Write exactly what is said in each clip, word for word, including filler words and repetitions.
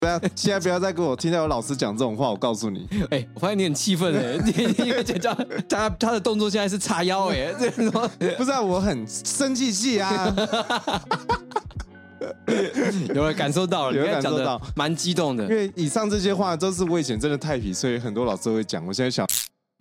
不要，现在不要再跟我听到有老师讲这种话，我告诉你。 哎、欸，我发现你很气愤哎，你你讲他他的动作现在是叉腰哎，这什么？ 不是啊，我很生气气啊。 有人感受到了， 有人感受到， 蛮激动的。 因为以上这些话都是我以前真的太皮，所以很多老师会讲。我现在想。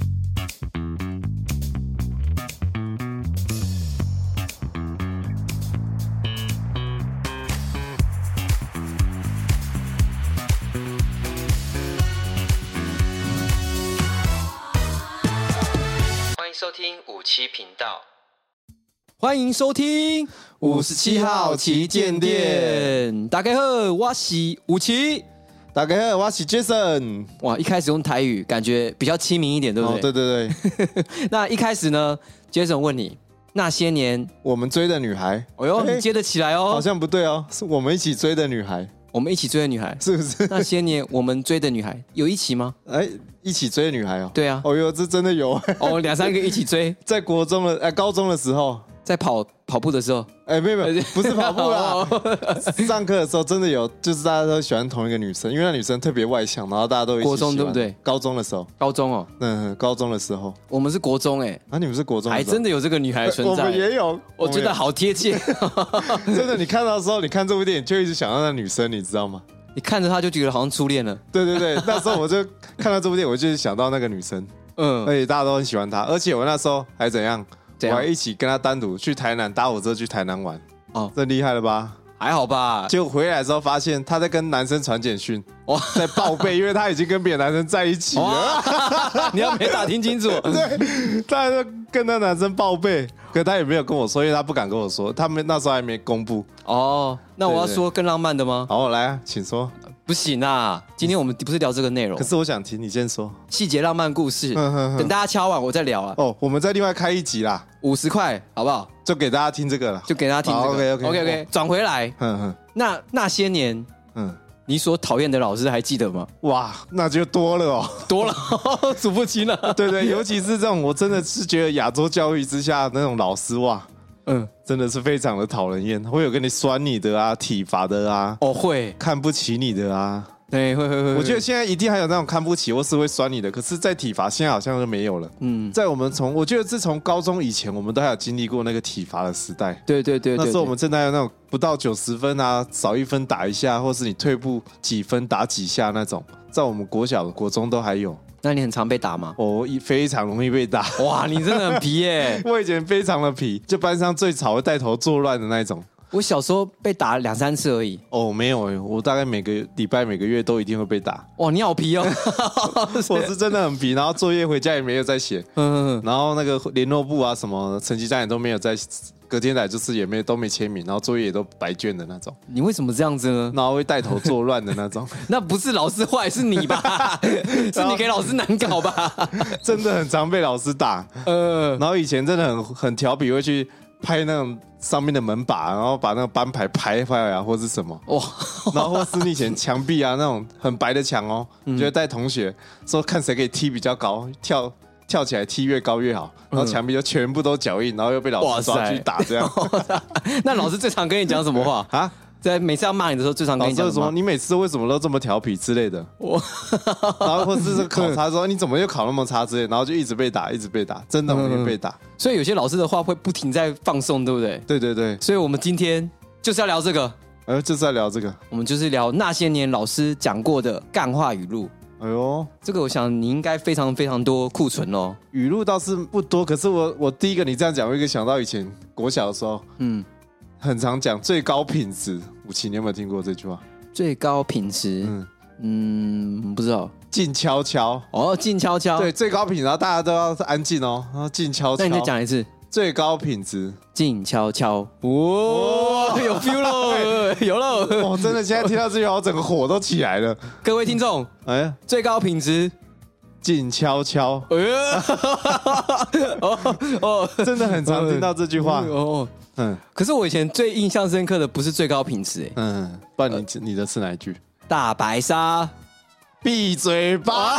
收听五七频道，欢迎收听五十七号旗舰店。 大家好，我是五七。 大家好，我是 Jason。 哇，一开始用台语，感觉比较亲民一点，对不对？ 哦，对对对。那一开始呢 ，Jason 问你，那些年我们追的女孩， 哎呦，你接得起来哦？ 好像不对哦，是我们一起追的女孩。 我们一起追的女孩， 是不是？ 那些年我们追的女孩有一起吗？ 哎，一起追的女孩哦。 对啊。 哦哟，这真的有哦，两三个一起追， 在国中的哎高中的时候， 在跑跑步的时候， 哎没有没有，不是跑步啦，上课的时候真的有，就是大家都喜欢同一个女生，因为那女生特别外向，然后大家都一起喜欢。 国中对不对？ 高中的时候， 高中哦， 嗯，高中的时候， 我们是国中哎， 啊，你们是国中的时候， 还真的有这个女孩存在， 我们也有， 我觉得好贴切， 真的，你看到的时候，你看这部电影就一直想到那女生，你知道吗？ 你看着她就觉得好像初恋了。 对对对，那时候我就看到这部电影，我就想到那个女生，嗯，而且大家都很喜欢她，而且我那时候还怎样？怎样？我还一起跟她单独去台南搭火车去台南玩，哦，这厉害了吧？ 还好吧。 结果回来之后发现她在跟男生传简讯，哇，在报备，因为她已经跟别的男生在一起了。 你要没打听清楚。 对，她就跟那男生报备，可她也没有跟我说，因为她不敢跟我说，他们那时候还没公布。哦， 那我要说更浪漫的吗？ 好，来啊，请说。 不行啊，今天我们不是聊这个内容。 可是我想听，你先说细节浪漫故事，等大家敲完我再聊啊。 哦，我们再另外开一集啦， 五十块好不好？ 就给大家听这个了， 就给大家听这个。 OK OK OK OK， 转回来。嗯嗯，那那些年，嗯，你所讨厌的老师还记得吗？ 哇，那就多了哦， 多了，数不清了。 对对，尤其是这种，我真的是觉得亚洲教育之下那种老师哇。嗯，真的是非常的讨人厌，会有跟你酸你的啊，体罚的啊， 哦会， 看不起你的啊， 对，会会会。 我觉得现在一定还有那种看不起或是会酸你的，可是，在体罚现在好像都没有了。嗯，在我们从我觉得自从高中以前，我们都还有经历过那个体罚的时代。 对对对， 那时候我们真的有那种不到九十分啊，少一分打一下，或是你退步几分打几下那种，在我们国小、国中都还有。 那你很常被打吗？ 我、哦、非常容易被打。 哇，你真的很皮耶！ 我以前非常的皮，就班上最吵、会带头作乱的那种。 我小时候被打两三次而已。 哦，没有哎，我大概每个礼拜、每个月都一定会被打。 哇，你好皮哦！ 我是真的很皮，然后作业回家也没有在写，嗯，然后那个联络簿啊什么成绩单也都没有在。隔天来就是也没都没签名，然后作业也都白卷的那种。 你为什么这样子呢？ 然后会带头作乱的那种。 那不是老师坏，是你吧？是你给老师难搞吧？ 真的很常被老师打。呃，然后以前真的很很调皮，会去拍那种上面的门把，然后把那个班牌拍坏啊，或是什么。哇！然后或是你以前墙壁啊那种很白的墙哦，嗯、就会带同学说看谁可以踢比较高，跳。跳起来踢越高越好，然后墙壁就全部都脚印，然后又被老师抓去打这样。 那老师最常跟你讲什么话啊？在每次要骂你的时候，最常跟你讲什么？ 你每次为什么都这么调皮之类的？我，然后或是考察说你怎么又考那么差之类，然后就一直被打，一直被打，真的容易被打。 所以有些老师的话会不停在放送，对不对？ 对对对。 所以我们今天就是要聊这个， 呃，就是要聊这个， 我们就是聊那些年老师讲过的干话语录。哎呦，这个我想你应该非常非常多库存哦。 语录倒是不多，可是我我第一个你这样讲，我一个想到以前国小的时候，嗯，很常讲最高品质。武奇，你有没有听过这句话？ 最高品质，嗯嗯，不知道。 静悄悄哦，静悄悄， 对，最高品质，然后大家都要安静哦，然后静悄悄。 那你再讲一次。 最高品质， 静悄悄，哇，有 feel 喽，有喽！ 我真的现在听到这句话，我整个火都起来了。 各位听众，哎，最高品质， 静悄悄。哎呀，哦哦，真的很常听到这句话。哦， 嗯。可是我以前最印象深刻的不是最高品质，哎， 嗯，不然你你的是哪一句？ 大白鲨。 闭嘴吧！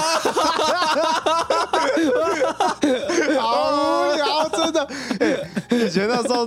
好无聊，真的。以前那时候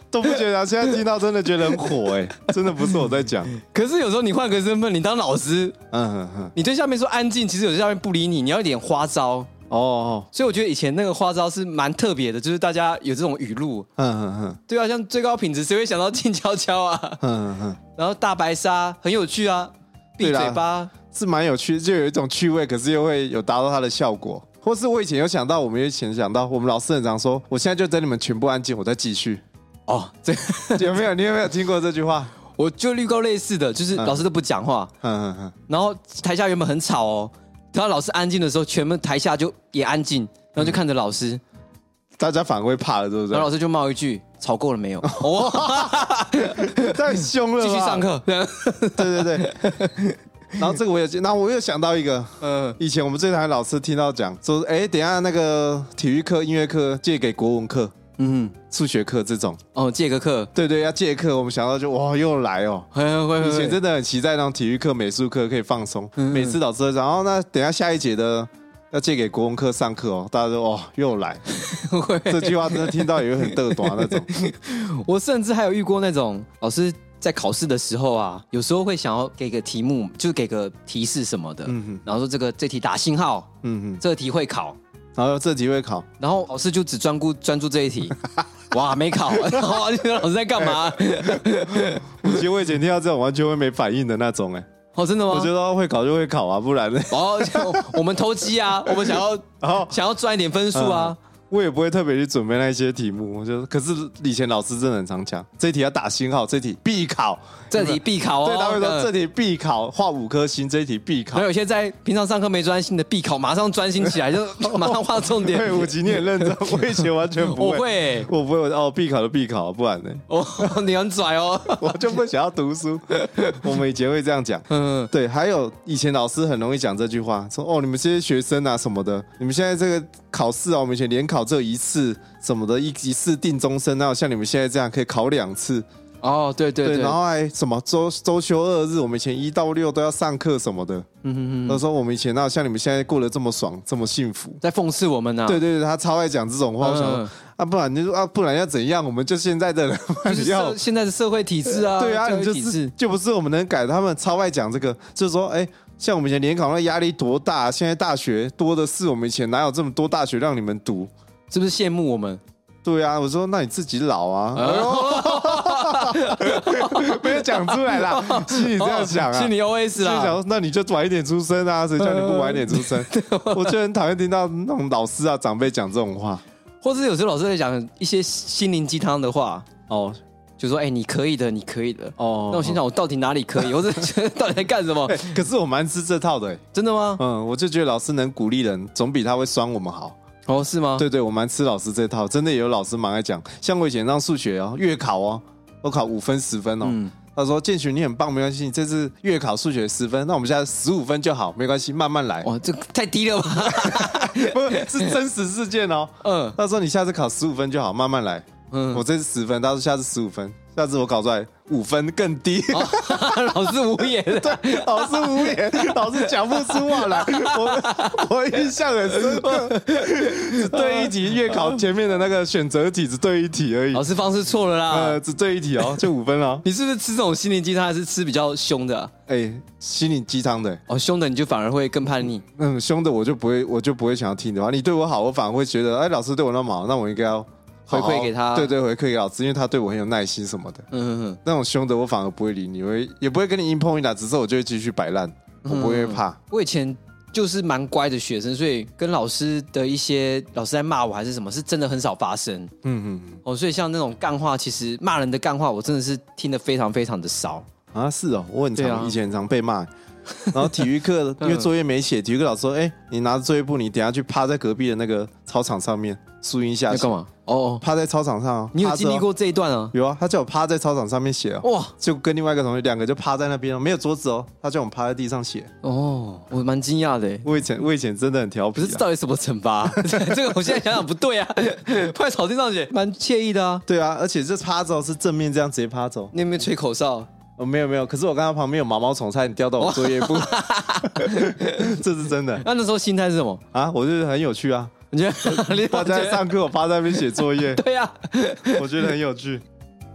都不觉得、啊，现在听到真的觉得很火哎、欸，真的不是我在讲。 可是有时候你换个身份，你当老师，嗯哼哼，你对下面说安静，其实有些下面不理你，你要一点花招。哦，所以我觉得以前那个花招是蛮特别的，就是大家有这种语录，嗯嗯嗯，对啊，像最高品质，谁会想到静悄悄啊，嗯嗯，然后大白鲨很有趣啊，闭嘴巴是蛮有趣，就有一种趣味，可是又会有达到它的效果。或是我以前有想到，我们以前想到，我们老师很常说，我现在就等你们全部安静，我再继续。哦，这有没有？你有没有听过这句话？ 我就遇过类似的，就是老师都不讲话，嗯嗯嗯，然后台下原本很吵哦。等到老师安静的时候，全部台下就也安静，然后就看着老师，嗯、 大家反而会怕了，对不对？ 然后老师就冒一句：“吵够了没有？” 太凶了吧！ 继续上课。 对对对。然后这个我也，然后我又想到一个，嗯，以前我们这台老师听到讲说，哎，等一下那个体育课、音乐课借给国文课。嗯，数学课这种哦，借个课， 对对，要借课，我们想到就哇，又来哦。以前真的很期待那种体育课、美术课可以放松，嗯、每次老师都讲，哦，那等一下下一节的要借给国文课上课哦，大家说哇，又来。这句话真的听到也会很嘚短那种。 我甚至还有遇过那种老师在考试的时候啊，有时候会想要给个题目，就是给个提示什么的，嗯、然后说这个这题打星号，嗯、这题会考。 然后这题会考， 然后老师就只专顾专注这一题，哇，没考，然后老师在干嘛？ 其实我以前听到这种完全会没反应的那种，哎， 哦，真的吗？ 我觉得会考就会考啊，不然呢？ 哦，我们偷鸡啊，我们想要，然后想要赚一点分数啊。嗯我也不会特别去准备那些题目，我就可是以前老师真的很常讲，这题要打星号，这题必考， 这题必考哦。 对，他会说这题必考，画五颗星，这题必考。 还有些在平常上课没专心的必考，马上专心起来，就马上画重点。 对，五级你很认真，我以前完全不会。 我会、欸， 我不会，哦，必考的必考，不然呢？ 哦，你很拽哦， 我就不想要读书。我们以前会这样讲，嗯，对。还有以前老师很容易讲这句话，说哦，你们这些学生啊什么的，你们现在这个考试啊，我们以前联考只有一次。什么的，一一次定终身，哪有像你们现在这样可以考两次？ 哦，对对 对, 对，然后还什么周周休二日，我们以前一到六都要上课什么的。嗯哼哼，他说我们以前哪有像你们现在过得这么爽，这么幸福？ 在讽刺我们呢、啊？ 对对对，他超爱讲这种话。嗯、我想说啊，不然你说啊，不然要怎样？我们就现在的人， 就是现在的社会体制啊， 对啊，你就是就不是我们能改的。他们超爱讲这个，就是说，哎。像我们以前联考那压力多大，现在大学多的是，我们以前哪有这么多大学让你们读？ 是不是羡慕我们？ 对啊，我说那你自己老啊，没有讲出来啦，心里这样想啊， 心里 O S 啦， 心里想说那你就晚一点出生啊，谁叫你不晚一点出生？我就很讨厌听到那种老师啊长辈讲这种话， 或是有时候老师在讲一些心灵鸡汤的话哦。就说哎、欸，你可以的，你可以的。哦，那我心想，我到底哪里可以？我是觉得到底在干什么？ 欸、可是我蛮吃这套的、欸， 真的吗？ 嗯，我就觉得老师能鼓励人，总比他会酸我们好。 哦，是吗？ 对对，我蛮吃老师这套，真的也有老师蛮爱讲。像我以前上数学哦，月考哦，我考五分十分哦。嗯、他说建群你很棒，没关系，你这次月考数学十分，那我们现在十五分就好，没关系，慢慢来。 哇，这太低了吧？ 不是，是真实事件哦。嗯，他说你下次考十五分就好，慢慢来。嗯，我这次十分，他说下次十五分，下次我考出来五分更低。哦、 老师无言， 对，老师无言，老师讲不出话来。我我印象很深刻，只对一题，月考前面的那个选择题只对一题而已。 老师方式错了啦， 呃，只对一题哦，就五分哦。 你是不是吃这种心灵鸡汤，还是吃比较凶的、啊？ 哎、欸，心灵鸡汤的、欸、 哦，凶的你就反而会更叛逆。 嗯，凶的我就不会，我就不会想要听的话，你对我好，我反而会觉得，哎，老师对我那么好，那我应该要。 回馈给他， 对对，回馈给老师，因为他对我很有耐心什么的。嗯哼哼，那种凶的我反而不会理你，我也不会跟你硬碰硬打，只是我就会继续摆烂，我不会怕。 我以前就是蛮乖的学生，所以跟老师的一些老师在骂我还是什么，是真的很少发生。嗯哼，哦，所以像那种干话，其实骂人的干话，我真的是听得非常非常的少啊。是哦，我很常、啊、以前很常被骂。然后体育课因为作业没写，体育课老师说：“哎、欸，你拿着作业簿，你等一下去趴在隔壁的那个操场上面，树荫下写。” 干嘛？哦， 趴在操场上、哦。 你有经历过这一段啊？ 有啊，他叫我趴在操场上面写哦。哇！就跟另外一个同学两个就趴在那边哦，没有桌子哦，他叫我们趴在地上写。 哦，我蛮惊讶的。 我以前我以前真的很调皮、啊。 可是到底什么惩罚？这个我现在想想不对啊，趴在草地上写，蛮惬意的啊。 对啊，而且这趴走是正面这样直接趴走。 你有没有吹口哨？ 哦，没有没有，可是我刚刚旁边有毛毛虫，差点掉到我作业簿，这是真的。 那那时候心态是什么啊？我觉得很有趣啊！你觉得大家上课我趴在那边写作业？ 对呀、啊， 我觉得很有趣。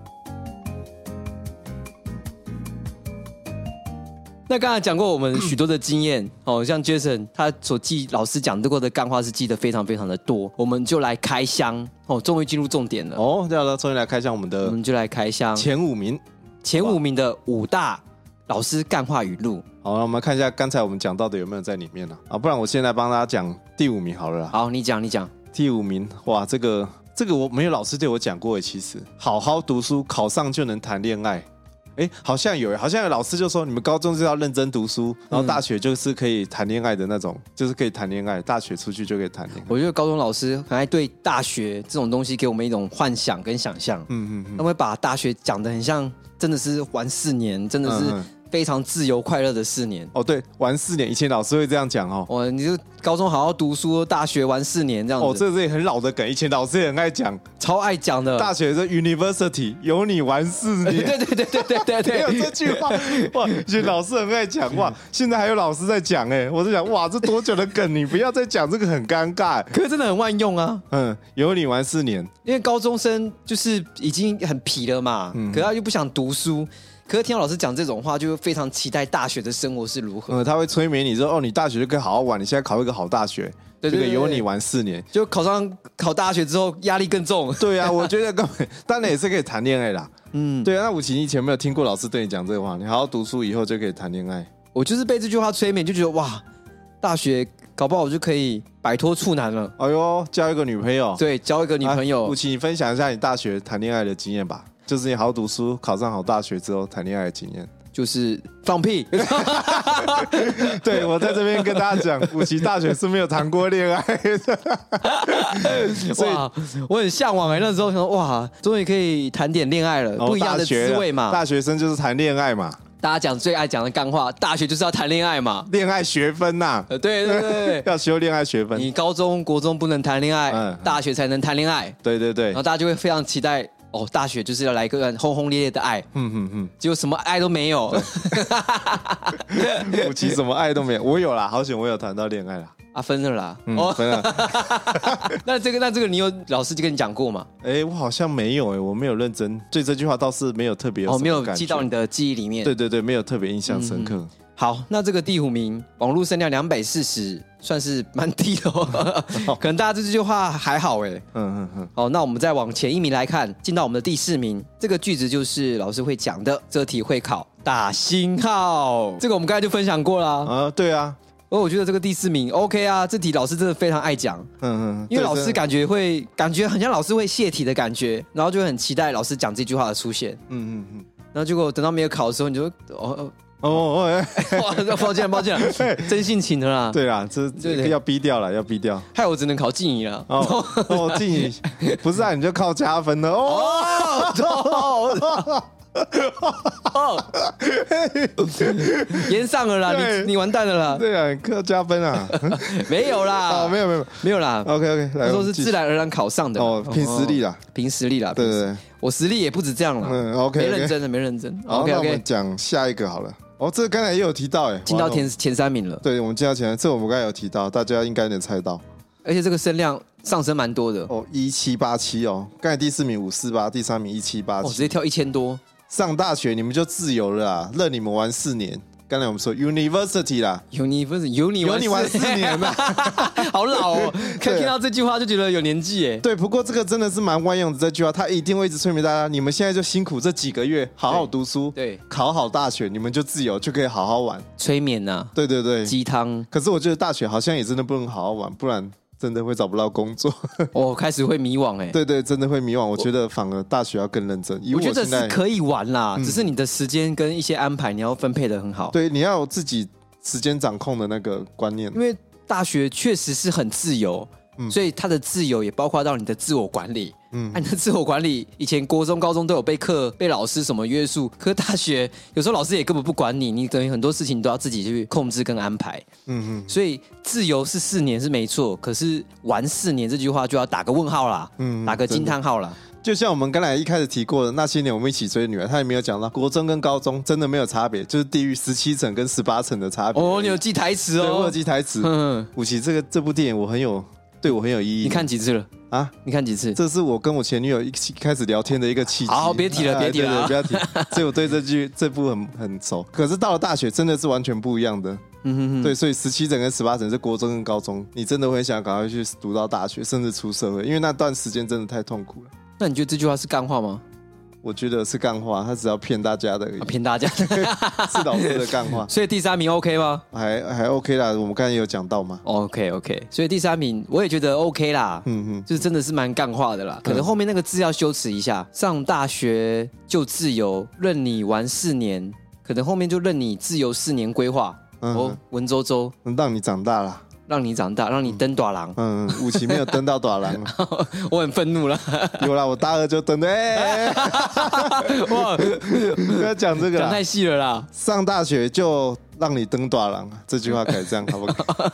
那刚才讲过我们许多的经验哦，像 Jason 他所记老师讲过的干话是记得非常非常的多，我们就来开箱哦，终于进入重点了哦，对了，终于来开箱我们的， 我们就来开箱前五名， 前五名的五大老师干话语录。 好，那我们看一下刚才我们讲到的有没有在里面呢、啊？啊，不然我现在帮大家讲第五名好了啦。 好，你讲，你讲。 第五名，哇，这个这个我没有老师对我讲过诶，其实好好读书，考上就能谈恋爱。哎，好像有，好像有老师就说你们高中是要认真读书，然后大学就是可以谈恋爱的那种，嗯、就是可以谈恋爱，大学出去就可以谈恋爱。 我觉得高中老师很爱对大学这种东西给我们一种幻想跟想象，嗯嗯嗯，他们会把大学讲得很像，真的是玩四年，真的是。嗯嗯非常自由快乐的四年哦，对，玩四年，以前老师会这样讲哦。 哦，你就高中好好读书，大学玩四年这样子。 哦，这是很老的梗，以前老师也很爱讲， 超爱讲的。 大学是 University， 有你玩四年。 对对对对对对对， 有这句话哇，以前老师很爱讲哇，现在还有老师在讲哎，我在想哇，这多久的梗，你不要再讲这个很尴尬。 可是真的很万用啊。 嗯，有你玩四年， 因为高中生就是已经很皮了嘛，嗯、可是他又不想读书。可是听到老师讲这种话，就非常期待大学的生活是如何。 嗯，他会催眠你说：“哦，你大学就可以好好玩，你现在考一个好大学，对对对对，就可以有你玩四年。” 就考上考大学之后，压力更重。 对啊，我觉得根本当然也是可以谈恋爱啦。嗯，对啊。那武奇，你以前没有听过老师对你讲这个话？你好好读书，以后就可以谈恋爱。 我就是被这句话催眠，就觉得哇，大学搞不好我就可以摆脱处男了。 哎呦，交一个女朋友。 对，交一个女朋友。 武奇，你分享一下你大学谈恋爱的经验吧。就是你好好读书，考上好大学之后谈恋爱的经验， 就是放屁。 对，我在这边跟大家讲，武奇大学是没有谈过恋爱的。 哇，我很向往哎、欸，那时候想说哇，终于可以谈点恋爱了，哦、不一样的滋味嘛。 大学生就是谈恋爱嘛。 大家讲最爱讲的干话，大学就是要谈恋爱嘛， 恋爱学分呐、啊， 呃，对对对， 要修恋爱学分。 你高中、国中不能谈恋爱，嗯、大学才能谈恋爱。 对对对， 然后大家就会非常期待。哦，大学就是要来一个轰轰烈烈的爱，嗯嗯嗯，结果什么爱都没有， 我其实什么爱都没有，我有啦，好险我有谈到恋爱啦， 啊分了啦， 嗯、哦分了， 那这个那这个你有老师就跟你讲过吗？ 哎、欸，我好像没有哎、欸，我没有认真，对这句话倒是没有特别哦， 没有记到你的记忆里面， 对对对，没有特别印象深刻。嗯好，那这个第五名，网络声量两百四十，算是蛮低的哦。可能大家对这句话还好哎。嗯嗯嗯。好，那我们再往前一名来看，进到我们的第四名，这个句子就是老师会讲的，这题会考打星号。这个我们刚才就分享过啦。啊， 对啊。 而我觉得这个第四名 OK 啊，这题老师真的非常爱讲。嗯嗯。因为老师感觉会感觉很像老师会泄题的感觉，然后就会很期待老师讲这句话的出现。嗯嗯嗯。然后结果等到没有考的时候，你就哦。哦哦，哎，哇，抱歉抱歉，真性情的啦。 对啦，这这个要逼掉了，要逼掉。 害我只能考静怡了。 哦哦，静怡不是啊，你就靠加分了。哦， 哦，延上了啦，你你完蛋了啦。 对啊，靠加分啊。 没有啦， 哦，没有没有没有啦。 OK OK， 来，说是自然而然考上的。 哦，凭实力啦， 凭实力啦。 对对对， 我实力也不止这样了。嗯 ，OK， 没认真的，没认真。 OK， 那我们讲下一个好了。哦，这个刚才也有提到哎， 进到前前三名了。 对，我们进到前三，这我们刚才有提到，大家应该能猜到。 而且这个声量上升蛮多的哦，一七八七哦，刚才第四名五四八，第三名一七八七， 直接跳一千多。 上大学你们就自由了啦，任你们玩四年。刚才我们说 University 啦 ，University 有你有你玩四年啦， 好老哦！看听到这句话就觉得有年纪耶。 对，不过这个真的是蛮万用的这句话，他一定会一直催眠大家，你们现在就辛苦这几个月，好好读书， 对， 考好大学，你们就自由，就可以好好玩。 催眠呐， 对对对， 鸡汤。 可是我觉得大学好像也真的不能好好玩，不然真的会找不到工作。 我、哦、开始会迷惘哎、欸。 对对，真的会迷惘。我觉得反而大学要更认真。 我, 我觉得是可以玩啦、嗯，只是你的时间跟一些安排你要分配得很好。 对，你要有自己时间掌控的那个观念。 因为大学确实是很自由，嗯、所以它的自由也包括到你的自我管理。嗯，啊、你的自我管理，以前国中、高中都有被课、被老师什么约束，可是大学有时候老师也根本不管你，你等于很多事情都要自己去控制跟安排。嗯嗯，所以自由是四年是没错，可是玩四年这句话就要打个问号啦，嗯，打个惊叹号啦。 就像我们刚才一开始提过的，那些年我们一起追的女孩，她也没有讲到国中跟高中真的没有差别，就是地狱十七层跟十八层的差别。 哦，你有记台词哦？ 对，我有记台词。嗯，武奇这个这部电影我很有。对我很有意义。 你看几次了？ 啊？你看几次？ 这是我跟我前女友一起开始聊天的一个契机。 好，别提了，别提了、 啊，对对，不要提。所以我对这剧这部很很熟。可是到了大学，真的是完全不一样的。嗯哼哼。对，所以十七层跟十八层是国中跟高中，你真的会想赶快去读到大学，甚至出社会，因为那段时间真的太痛苦了。 那你觉得这句话是干话吗？ 我觉得是干话，他只要骗大家的而已， 骗、啊、大家是老师的干话。 所以第三名 OK 吗？ 还还 OK 啦，我们刚才有讲到嘛。 OK OK， 所以第三名我也觉得 OK 啦，嗯嗯，就是真的是蛮干话的啦。可能后面那个字要修辞一下，上大学就自由，任你玩四年，可能后面就任你自由四年规划。嗯、哦，文绉绉， 让你长大啦。 让你长大，让你登大郎。 嗯，武奇没有登到大郎， 我很愤怒了。 有啦，我大二就登的。哎、欸，哇，不要讲这个， 讲太细了啦。 上大学就让你登大郎，这句话可以这样，好不好？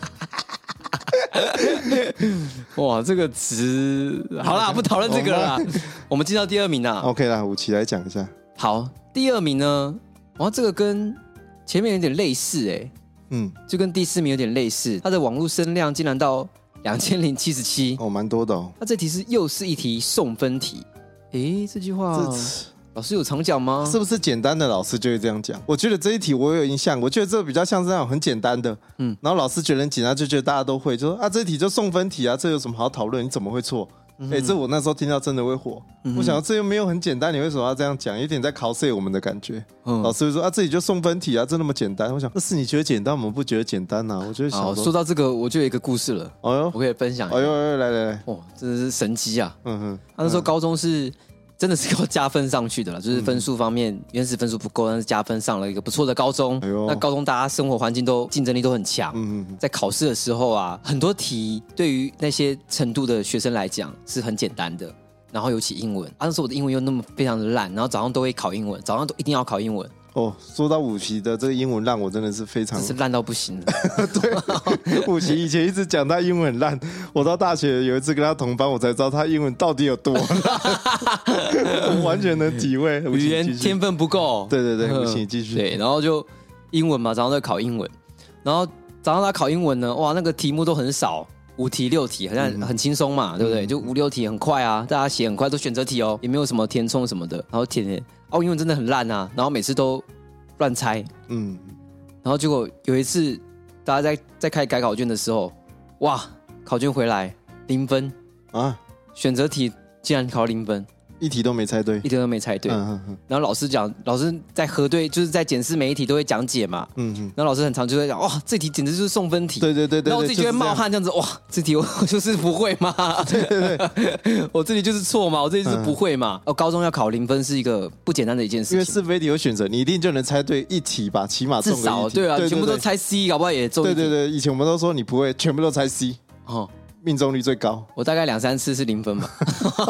哇，这个词好啦，不讨论这个了啦。我们进到第二名啦。 OK 啦，武奇来讲一下。 好，第二名呢，哇，这个跟前面有点类似哎、欸。嗯，就跟第四名有点类似，它的网络声量竟然到两千零七十七， 哦，蛮多的哦。 那这题是又是一题送分题，诶，这句话老师有常讲吗？ 是不是简单的老师就会这样讲？我觉得这一题我有印象，我觉得这比较像是那种很简单的，嗯，然后老师觉得很简单，就觉得大家都会，就说啊，这一题就送分题啊，这有什么好讨论？你怎么会错？哎、嗯欸，这我那时候听到真的会火。嗯、我想这又没有很简单，你为什么要这样讲？有点在考试我们的感觉。嗯、老师会说啊，这里就送分题啊，这那么简单。我想，那是你觉得简单，我们不觉得简单啊。我觉得想说，说到这个，我就有一个故事了。哦呦，我可以分享一下。 哎呦哎呦，来来来， 哦，真的是神机啊！嗯哼，他那时候高中是。真的是靠加分上去的了，就是分数方面，嗯、原始分数不够，但是加分上了一个不错的高中。哎、那高中大家生活环境都竞争力都很强，嗯、在考试的时候啊，很多题对于那些程度的学生来讲是很简单的。然后尤其英文，啊、那时候我的英文又那么非常的烂，然后早上都会考英文，早上都一定要考英文。 哦，说到武奇的这个英文烂，我真的是非常， 真是烂到不行了。 对，武奇以前一直讲他英文很烂，我到大学有一次跟他同班，我才知道他英文到底有多烂，我完全能体会。 语言天分不够。 对对对，武奇继续。 对，然后就英文嘛，早上在考英文，然后早上他考英文呢，哇，那个题目都很少。五题六题好像很轻松嘛，嗯、对不对？就五六题很快啊，大家写很快，都选择题哦，也没有什么填充什么的，然后填填。哦，英文真的很烂啊，然后每次都乱猜，嗯，然后结果有一次大家在在开改考卷的时候，哇，考卷回来零分啊，选择题竟然考零分。 一题都没猜对， 一题都没猜对。嗯嗯嗯。然后老师讲，老师在核对，就是在检视每一题都会讲解嘛。嗯嗯。然后老师很常就会讲，哇，这题简直就是送分题。 对对对对。 然后我自己就会冒汗，这样子，哇，这题我就是不会嘛。对对对。我这里就是错嘛，我这里就是不会嘛。哦，高中要考零分是一个不简单的一件事情。 因为是非题有选择，你一定就能猜对一题吧，起码中个一题。 至少对啊，全部都猜 C， 搞不好也中。 对对对，以前我们都说你不会，全部都猜 C。哦。命中率最高， 我大概两三次是零分吧。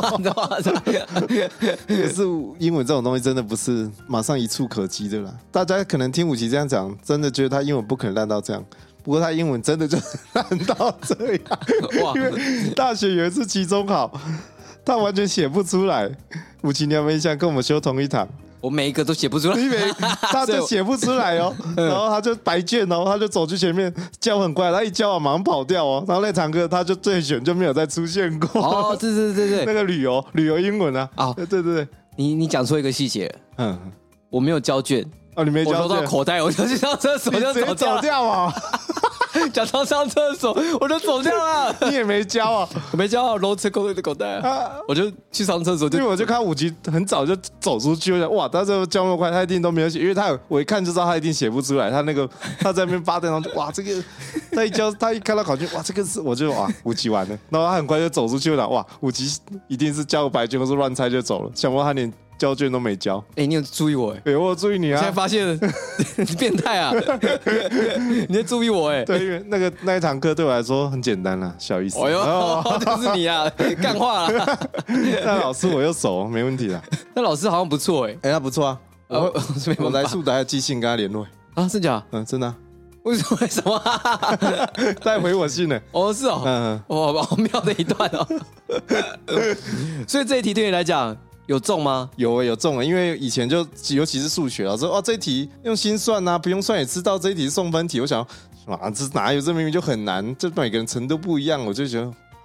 可是英文这种东西真的不是马上一触可及的啦。大家可能听武奇这样讲，真的觉得他英文不可能烂到这样。不过他英文真的就烂到这样。哇！因为大学有一次期中考，他完全写不出来。武奇，你有没有印象？跟我们修同一堂。 我每一个都写不出来， 因为他就写不出来哦，然后他就白卷哦，他就走去前面教很快，他一教啊马上跑掉哦，然后那堂课他就最选就没有再出现过。 哦，对对对对， 那个旅游旅游英文啊，啊、哦，对对对， 你你讲错一个细节，嗯，我没有交卷， 哦，你没交卷， 我收到口袋，我就去上厕所就走走掉啊。 假装上厕所，我就走掉了。 你也没交啊？ 我没交啊，揉成口袋的口袋啊。我就去上厕所， 因为我就看武奇很早就走出去，我想哇，他这交那么快，他一定都没有写，因为他有我一看就知道他一定写不出来。他那个他在那边发呆，然后就哇，这个他一交，他一看到考卷，哇，这个是我就哇，武奇完了。然后他很快就走出去了，哇，武奇一定是交个白卷或是乱猜就走了，想不到他连交卷都没交。 哎、欸，你有注意我哎、 欸？哎，我有注意你啊！ 现在发现你变态啊！你在注意我哎、欸？ 对，因为那个那一堂课对我来说很简单啦，小意思。 哎呦，哦、就是你啊，干话啦！ 那老师我又熟，没问题啦。 那老师好像不错哎、欸， 哎、欸，他不错啊。我、哦、我来速的还有寄信跟他联络啊，是假？ 嗯，真的、啊。 为什么？为什么？ 再回我信呢？ 哦，是哦，嗯，哇，好妙的一段哦。所以这一题对你来讲。有中吗？ 有诶、欸，有中诶、欸，因为以前就尤其是数学，老师说哦这一题用心算啊，不用算也知道这一题是送分题。我想啊，这哪有这明明就很难，这每个人程度不一样，我就觉得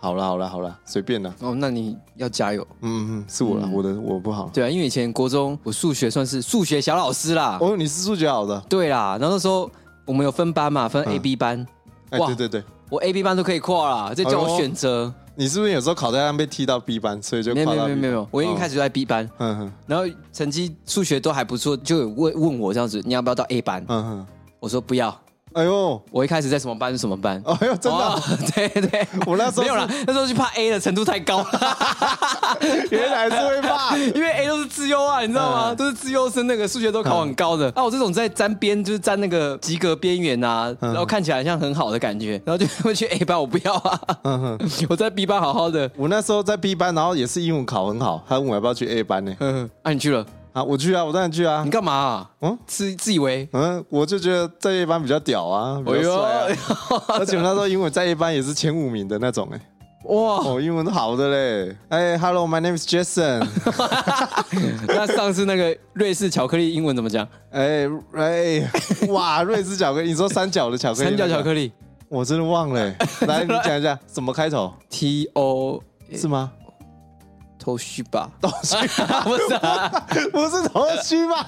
好了好了好了，随便啦。 哦，那你要加油。 嗯嗯，是我啦，嗯、我的我不好。 对啊，因为以前国中我数学算是数学小老师啦。 哦，你是数学好的。 对啦，然后那时候我们有分班嘛，分 A、B 班。 哎、嗯，对对对， 我 A、B 班都可以跨啦，这叫我选择。哎、 你是不是有时候考在那被踢到 B 班，所以就跨到 B 班？ 没有没有没有，我一开始就在 B 班，嗯哼，然后成绩数学都还不错，就有问问我这样子，你要不要到 A 班？嗯哼，我说不要。哎呦，我一开始在什么班是什么班？ 哎呦，真的、啊哦？ 对对， 我那时候没有啦，那时候去怕 A 的程度太高， 原来是会怕， 因为 A 都是自优啊，你知道吗？嗯、都是自优生，那个数学都考很高的。嗯、啊，我这种在沾边，就是沾那个及格边缘啊，嗯、然后看起来像很好的感觉，然后就会去 A 班，我不要啊。嗯、我在 B 班好好的， 我那时候在 B 班，然后也是英文考很好，他问我要不要去 A 班呢？ 嗯，啊，你去了。 啊，我去啊，我当然去啊。 你干嘛、啊？嗯，自自以为？ 嗯，我就觉得在 A 班比较屌啊，比较帅啊。哎、而且我那时候英文在 A 班也是前五名的那种哎、欸。哇，哦，英文好的嘞。哎 ，Hello, my name is Jason 。 那上次那个瑞士巧克力英文怎么讲？ 哎哎，哇，瑞士巧克力，你说三角的巧克力？ 三角巧克力， 我真的忘了、欸。来，你讲一下怎么开头 ？T O 是吗？ 头须吧， 头须不是、啊， 不是头须吧？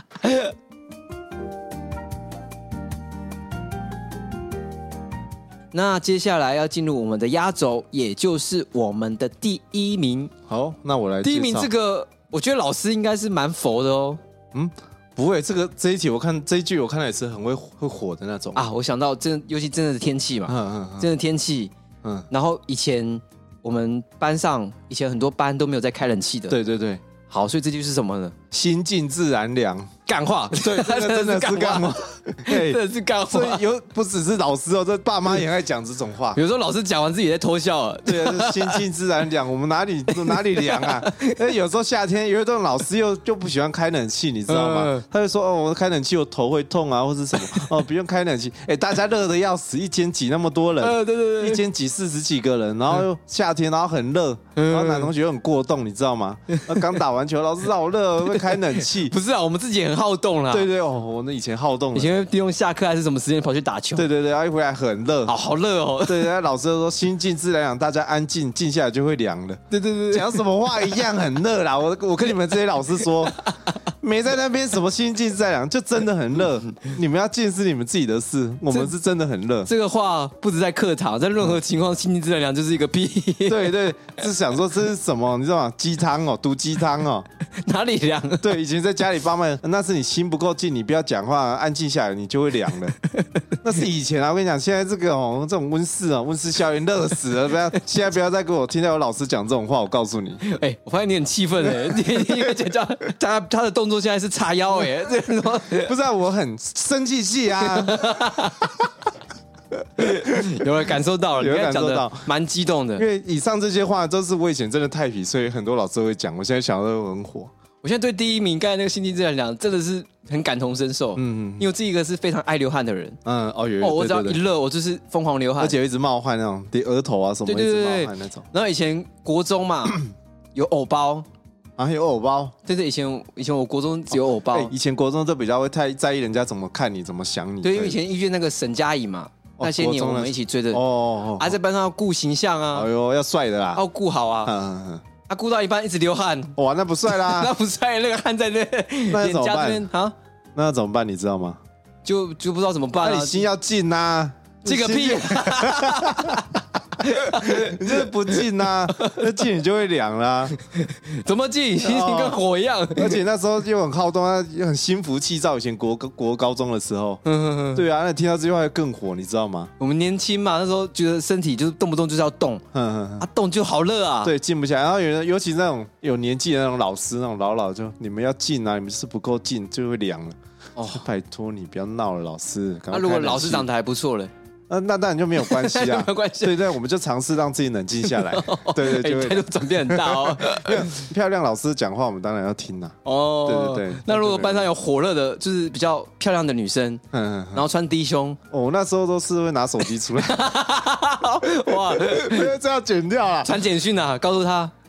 那接下来要进入我们的压轴，也就是我们的第一名。 好，那我来。 第一名这个，我觉得老师应该是蛮佛的哦。 嗯，不会，这个这一题我看这一句我看到也是很会会火的那种啊。我想到真，尤其真的是天气嘛，嗯嗯嗯真的天气，嗯，然后以前。我们班上以前很多班都没有在开冷气的。 对对对， 好，所以这句是什么呢？ 心静自然凉。 干话， 对，这个真的是干话， 真的是干话。 所以有不只是老师哦，这爸妈也爱讲这种话。 有时候老师讲完自己在偷笑了。 对啊，心静自然凉，我们哪里哪里凉啊？因为有时候夏天有一种老师又就不喜欢开冷气，你知道吗？呃、他就说哦，我开冷气我头会痛啊，或是什么哦，不用开冷气。哎，大家热的要死，一间挤那么多人，呃、对对对，一间挤四十几个人，然后又夏天，然后很热，然后男同学又很过动，你知道吗？刚打完球，老师好热，会开冷气。 不是啊，我们自己也很好动啦。 对对。哦，我那以前好动， 以前利用下课还是什么时间跑去打球？ 对对对，然后一回来很热， 好好热哦。 对，然后老师说心静自然凉，大家安静，静下来就会凉了。对对对，讲什么话一样很热啦。我我跟你们这些老师说，没在那边什么心静自然凉，就真的很热。你们要静是你们自己的事，我们是真的很热。 这个话不止在课堂，在任何情况，心静自然凉就是一个屁。 对对，是想说这是什么？你知道吗？鸡汤哦，毒鸡汤哦。 哪里凉？ 对，以前在家里爸妈，那是你心不够静，你不要讲话，安静下来，你就会凉了。那是以前啊，我跟你讲，现在这个哦，这种温室啊，温室效应热死了。不要，现在不要再跟我听到有老师讲这种话，我告诉你。 哎、欸，我发现你很气愤哎，因为叫他他的动作现在是叉腰哎， 不是啊，我很生气气啊。 有人感受到了， 有人感受到， 蛮激动的。 因为以上这些话都是我以前真的太皮，所以很多老师会讲。我现在想到都很火。 我现在对第一名刚才那个心静自然凉真的是很感同身受。嗯嗯，因为我自己一个是非常爱流汗的人。嗯哦有。哦，我只要一热，我就是疯狂流汗， 而且一直冒汗那种，对额头啊什么一直冒汗那种。 然后以前国中嘛有偶包。 啊，有偶包， 对对，以前以前我国中只有偶包， 哦欸、以前国中就比较会太在意人家怎么看你，怎么想你。 对，因为以前遇见那个沈佳宜嘛，哦、那些年我们一起追的，哦哦哦，啊，在班上要顾形象啊， 哎呦，要帅的啦， 要顾好啊，嗯嗯嗯，啊，顾到一半一直流汗， 哇，那不帅啦， 那不帅，那个汗在那脸颊这边啊， 那要怎么办？你知道吗？ 就就不知道怎么办、啊， 那你心要静呐， 静个屁！ 你这不静啊，那静你就会凉啦。 怎么静？心情跟火一样。 而且那时候又很好动，又很心浮气躁。以前国国高中的时候，对啊，那听到这句话更火，你知道吗？ 我们年轻嘛，那时候觉得身体就是动不动就是要动，啊，动就好热啊。 对，静不下来。然后有人，尤其那种有年纪的那种老师，那种老老就你们要静啊，你们是不够静就会凉了。哦，拜托你不要闹了，老师。 那如果老师长得还不错嘞？ 那那当然就没有关系啊， 没有关系。 对对，我们就尝试让自己冷静下来。对对，就会态度转变很大哦。 漂亮老师讲话，我们当然要听啦。哦，对对对。 那如果班上有火热的，就是比较漂亮的女生，嗯，然后穿低胸， 哦，那时候都是会拿手机出来。哇，这要剪掉啊！ 传简讯啊，告诉他。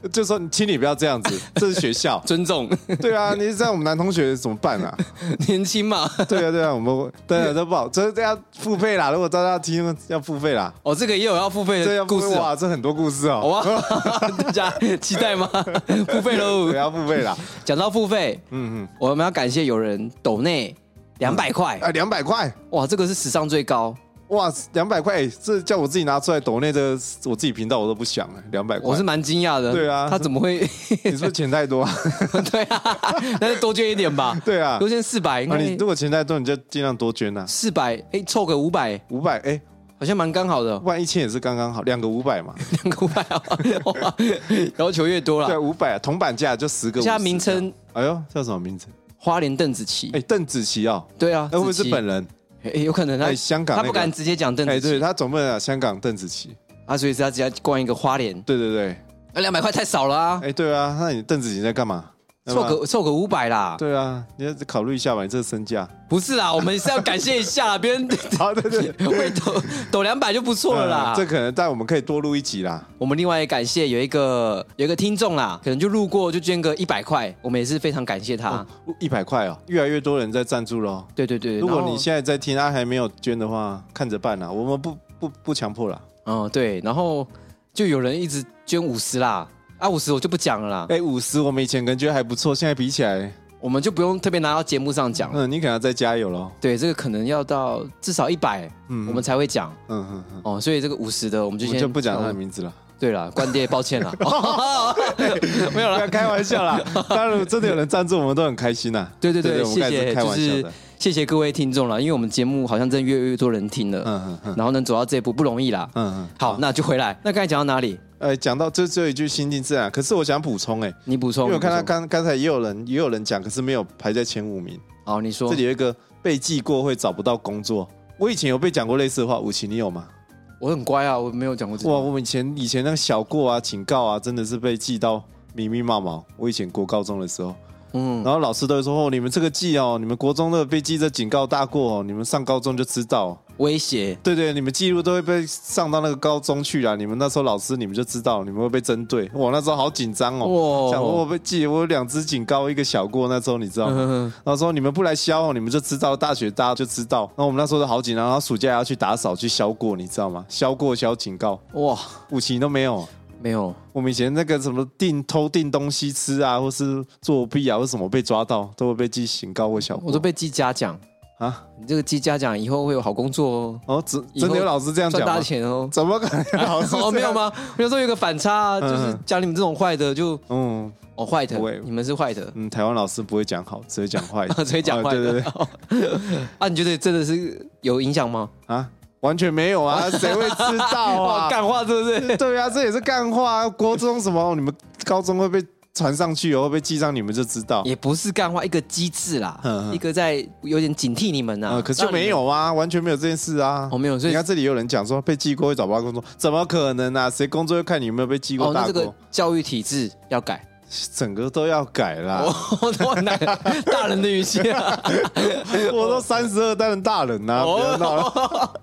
就说请你不要这样子，这是学校尊重。 对啊，你这样我们男同学怎么办啊？ 年轻嘛。 对啊对啊，我们对啊这不好，这这要付费啦。如果大家听要付费啦。 哦，这个也有要付费的故事、哦、 哇，这很多故事哦。 哇，大家期待吗？付费喽， 对，要付费啦。 讲到付费，嗯嗯，我们要感谢有人抖内两百块啊，两百块， 哇，这个是史上最高。 哇，两百块，这叫我自己拿出来抖内的，我自己频道我都不想了，两百块， 我是蛮惊讶的。 对啊， 他怎么会？ 你是不是钱太多？ 对啊，那就多捐一点吧。 对啊， 多捐四百。 啊，你如果钱太多，你就尽量多捐啊。 四百，哎，凑个五百， 五百，哎， 好像蛮刚好的。 万一千也是刚刚好，两个五百嘛， 两个五百啊，要求越多了。 对，五百，铜板价就十个。 现在名称， 哎呦，叫什么名字？ 花莲邓紫棋。 哎，邓紫棋哦。 对啊， 会不会是本人？ 欸、有可能他、 欸、香港、那個、 他不敢直接讲邓紫棋， 哎、欸，对他总不能讲香港邓紫棋啊，所以是他直接冠一个花莲。 对对对， 那两百块太少了啊！ 哎、欸，对啊，那你邓紫棋在干嘛？ 凑个凑个五百啦。 对啊，你要考虑一下吧，你这个身价。 不是啦，我们是要感谢一下啦，别人好对对， 会抖抖两百就不错了啦、 嗯。这可能但我们可以多录一集啦。 我们另外也感谢有一个有一个听众啦，可能就路过就捐个一百块，我们也是非常感谢他。 一百块哦，越来越多人在赞助咯。 对对对， 如果你现在在听，他、啊、还没有捐的话，看着办啦，我们不不不强迫啦。 嗯，对，然后就有人一直捐五十啦。啊，五十我就不讲了啦。 哎、欸，五十我们以前可能觉得还不错，现在比起来， 我们就不用特别拿到节目上讲。 嗯，你可能要再加油咯。 对，这个可能要到至少一百，嗯，我们才会讲。嗯嗯嗯。哦，所以这个五十的，我们就先我就不讲他的名字了。 对了，关爹，抱歉了，没有了， 开玩笑啦。当然，真的有人赞助，我们都很开心呐。 对对对，谢谢，就是谢谢各位听众了，因为我们节目好像真的越来越多人听了，嗯嗯嗯，然后能走到这一步不容易啦。嗯嗯。好，那就回来。那刚才讲到哪里？ 呃，讲到这只有一句心静自然，可是我想补充，哎， 你补充， 因为我看他刚刚才也有人也有人讲，可是没有排在前五名。 好，你说。 这里有一个被记过会找不到工作，我以前有被讲过类似的话，武奇你有吗？ 我很乖啊，我没有讲过这个。 哇，我们以前以前那个小过啊、警告啊，真的是被记到密密麻麻。我以前国高中的时候，嗯，然后老师都会说：“哦，你们这个记哦，你们国中的被记这警告大过哦，你们上高中就知道。” 威胁。 对对，你们记录都会被上到那个高中去啦。你们那时候老师你们就知道，你们会被针对。哇，那时候好紧张哦。想我被记，我有两只警告，一个小过。那时候你知道吗？嗯、然后说你们不来消，你们就知道。大学大家就知道。然后我们那时候都好紧张，然后暑假要去打扫去消过，你知道吗？消过消警告。哇，武奇都没有。 没有， 我们以前那个什么订偷订东西吃啊，或是作弊啊，或什么被抓到，都会被记警告或小过。 我都被记嘉奖啊！你这个记嘉奖以后会有好工作哦。哦， 真真的有老师这样讲吗？ 赚大钱哦？ 怎么可能有老师？ 哦，没有吗？有时候有个反差、啊，就是讲你们这种坏的就，嗯，哦，坏的，你们是坏的。 嗯，台湾老师不会讲好，只会讲坏的， 只会讲坏的。对对对。啊，你觉得真的是有影响吗？啊？ 完全没有啊，谁会知道啊？ 干话是不是？ 对啊，这也是干话。国中什么，你们高中会被传上去，会被记上，你们就知道。 也不是干话，一个机制啦，一个在有点警惕你们呐、啊。 可是就没有啊，完全没有这件事啊。 哦，没有。所以你看这里有人讲说被记过会找不到工作，怎么可能啊？谁工作会看你有没有被记过大过？哦， 那这个教育体制要改。 整个都要改啦！ 我都很难，大人的语气啊！ 我都三十二，当然大人呐、啊，不要闹了。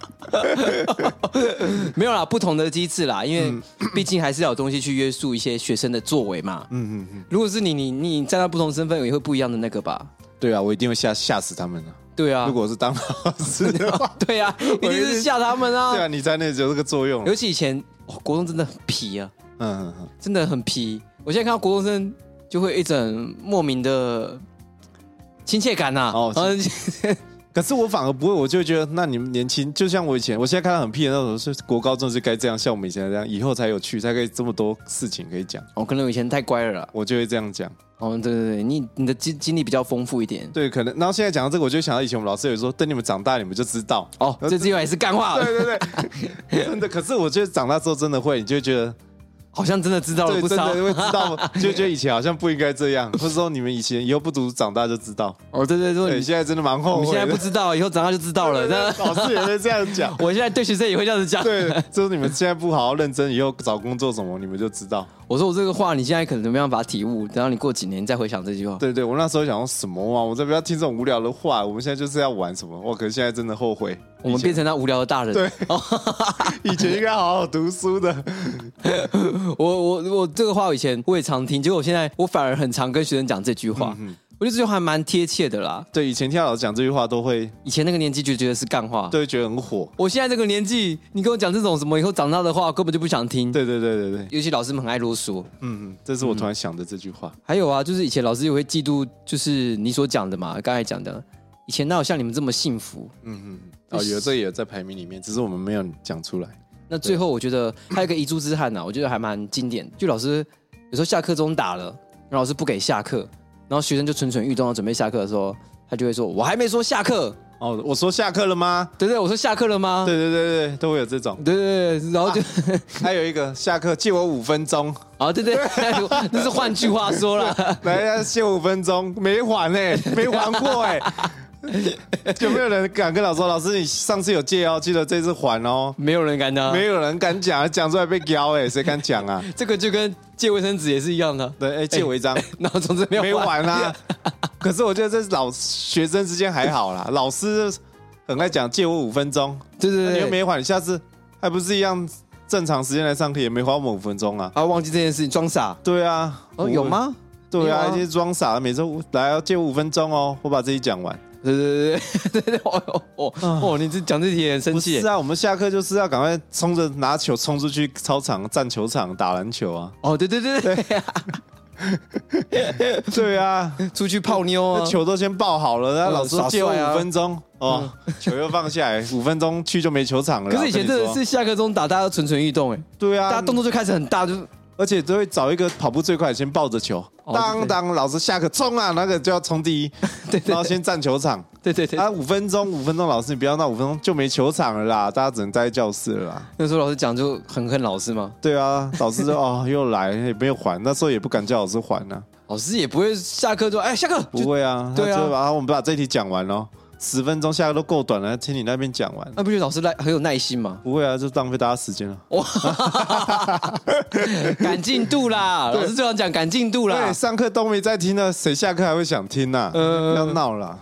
没有啦，不同的机制啦，因为毕竟还是要有东西去约束一些学生的作为嘛。嗯嗯嗯。如果是你，你你站在不同身份，也会不一样的那个吧？ 对啊，我一定会吓吓死他们啊！ 对啊， 如果是当老师的话， 对啊，一定是吓他们啊！ 对啊，你在那有这个作用。 尤其以前、哦、国中真的很皮啊，嗯嗯嗯，真的很皮。我现在看到国中生就会一整莫名的亲切感呐、啊。哦， 可是我反而不会，我就觉得那你们年轻，就像我以前，我现在看到很屁的那种，是国高中就该这样，像我们以前这样，以后才有趣，才可以这么多事情可以讲。 哦，可能我以前太乖了啦， 我就会这样讲。 哦，对对对，你你的经经历比较丰富一点。 对，可能。然后现在讲到这个，我就想到以前我们老师有说，等你们长大，你们就知道。 哦，这只有也是干话。 对对对，真的。可是我觉得长大之后真的会，你就会觉得。 好像真的知道了不少， 真的会知道，就觉得以前好像不应该这样，或者说你们以前以后不读长大就知道。 哦，对对对， 对，现在真的蛮后悔。 你现在不知道，以后长大就知道了。 老师也会这样讲， 我现在对学生也会这样子讲。 对，就是你们现在不好好认真，以后找工作什么，你们就知道。 我说我这个话，你现在可能没办法体悟，等到你过几年再回想这句话。 对对，我那时候想说什么啊？我再不要听这种无聊的话。我们现在就是要玩什么？我可是现在真的后悔。 我们变成那无聊的大人。 对，以前应该好好读书的。 我我我这个话我以前我也常听，结果我现在我反而很常跟学生讲这句话。嗯，我觉得这句话还蛮贴切的啦。 对，以前听到老师讲这句话都会， 以前那个年纪就觉得是干话， 对，觉得很火。 我现在这个年纪，你跟我讲这种什么以后长大的话，我根本就不想听。 对对对对对， 尤其老师们很爱啰嗦。 嗯嗯，这是我突然想的这句话。嗯、 还有啊，就是以前老师也会嫉妒，就是你所讲的嘛，刚才讲的，以前哪有像你们这么幸福？嗯嗯，哦，有这也有在排名里面，只是我们没有讲出来。 那最后我觉得还有一个遗珠之憾呐、啊，我觉得还蛮经典的，就老师有时候下课钟打了，然后老师不给下课。然后学生就蠢蠢欲动，要准备下课的时候，他就会说：“我还没说下课哦，我说下课了吗？ 对对，我说下课了吗？ 对对对对，都会有这种。 对对对，然后就、啊、 还有一个下课借我五分钟。 啊，对对，那是换句话说了， 来借五分钟，没还哎、欸，没还过哎、欸。”有没有人敢跟老师说？老师，你上次有借哦，记得这次还哦。 没有人敢的， 没有人敢讲，讲出来被叼哎，谁敢讲啊？ 这个就跟借卫生纸也是一样的。 对，哎、欸，借我一张， 然后总之没有没还啊。可是我觉得这是老学生之间还好啦，老师很爱讲借我五分钟， 对对对， 你又没还，你下次还不是一样正常时间来上课，也没还我们五分钟啊？ 啊，忘记这件事情，装傻。 对啊， 哦，有吗？ 对啊，一些装傻，每次来要借我五分钟哦，我把这己讲完。 对对对对对，哦哦哦，你这讲这题也很生气。 是啊，我们下课就是要赶快冲着拿球冲出去操场占球场打篮球啊。 哦，对对对对， 对啊， 出去泡妞啊， 球都先抱好了，然后老师借我五分钟，哦，球又放下来，五分钟去就没球场了。 可是以前真的是下课钟打，大家都蠢蠢欲动哎。对啊，大家动作就开始很大，就而且都会找一个跑步最快，先抱着球，当当老师下课冲啊，那个就要冲第一，对，然后先占球场。 对对对， 啊，五分钟，五分钟，老师你不要闹，五分钟就没球场了啦，大家只能待在教室了啦。 那时候老师讲就很恨老师吗？ 对啊，老师就哦又来，也没有还，那时候也不敢叫老师还啊。 老师也不会下课就哎下课， 不会啊，对啊，把我们把这题讲完咯。十分钟下课都够短了，听你那边讲完， 那、啊、不觉得老师来很有耐心吗？ 不会啊，就浪费大家时间了。哇， 赶进度啦，老师最常讲赶进度啦。 对，上课都没在听呢，谁下课还会想听啊？呃，不要闹啦。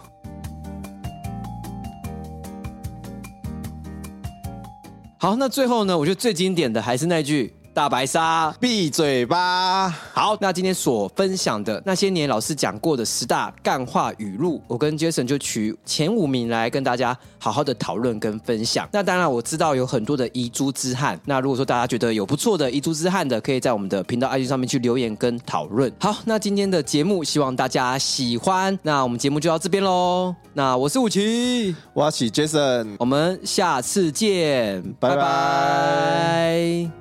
好，那最后呢，我觉得最经典的还是那句。大白鲨， 闭嘴吧！ 好，那今天所分享的那些年老师讲过的十大干话语录，我跟 Jason 就取前五名来跟大家好好的讨论跟分享。那当然我知道有很多的遗珠之憾，那如果说大家觉得有不错的遗珠之憾的，可以在我们的频道 I G 上面去留言跟讨论。好，那今天的节目希望大家喜欢，那我们节目就到这边咯。那我是武奇， 我是 Jason， 我们下次见，拜拜。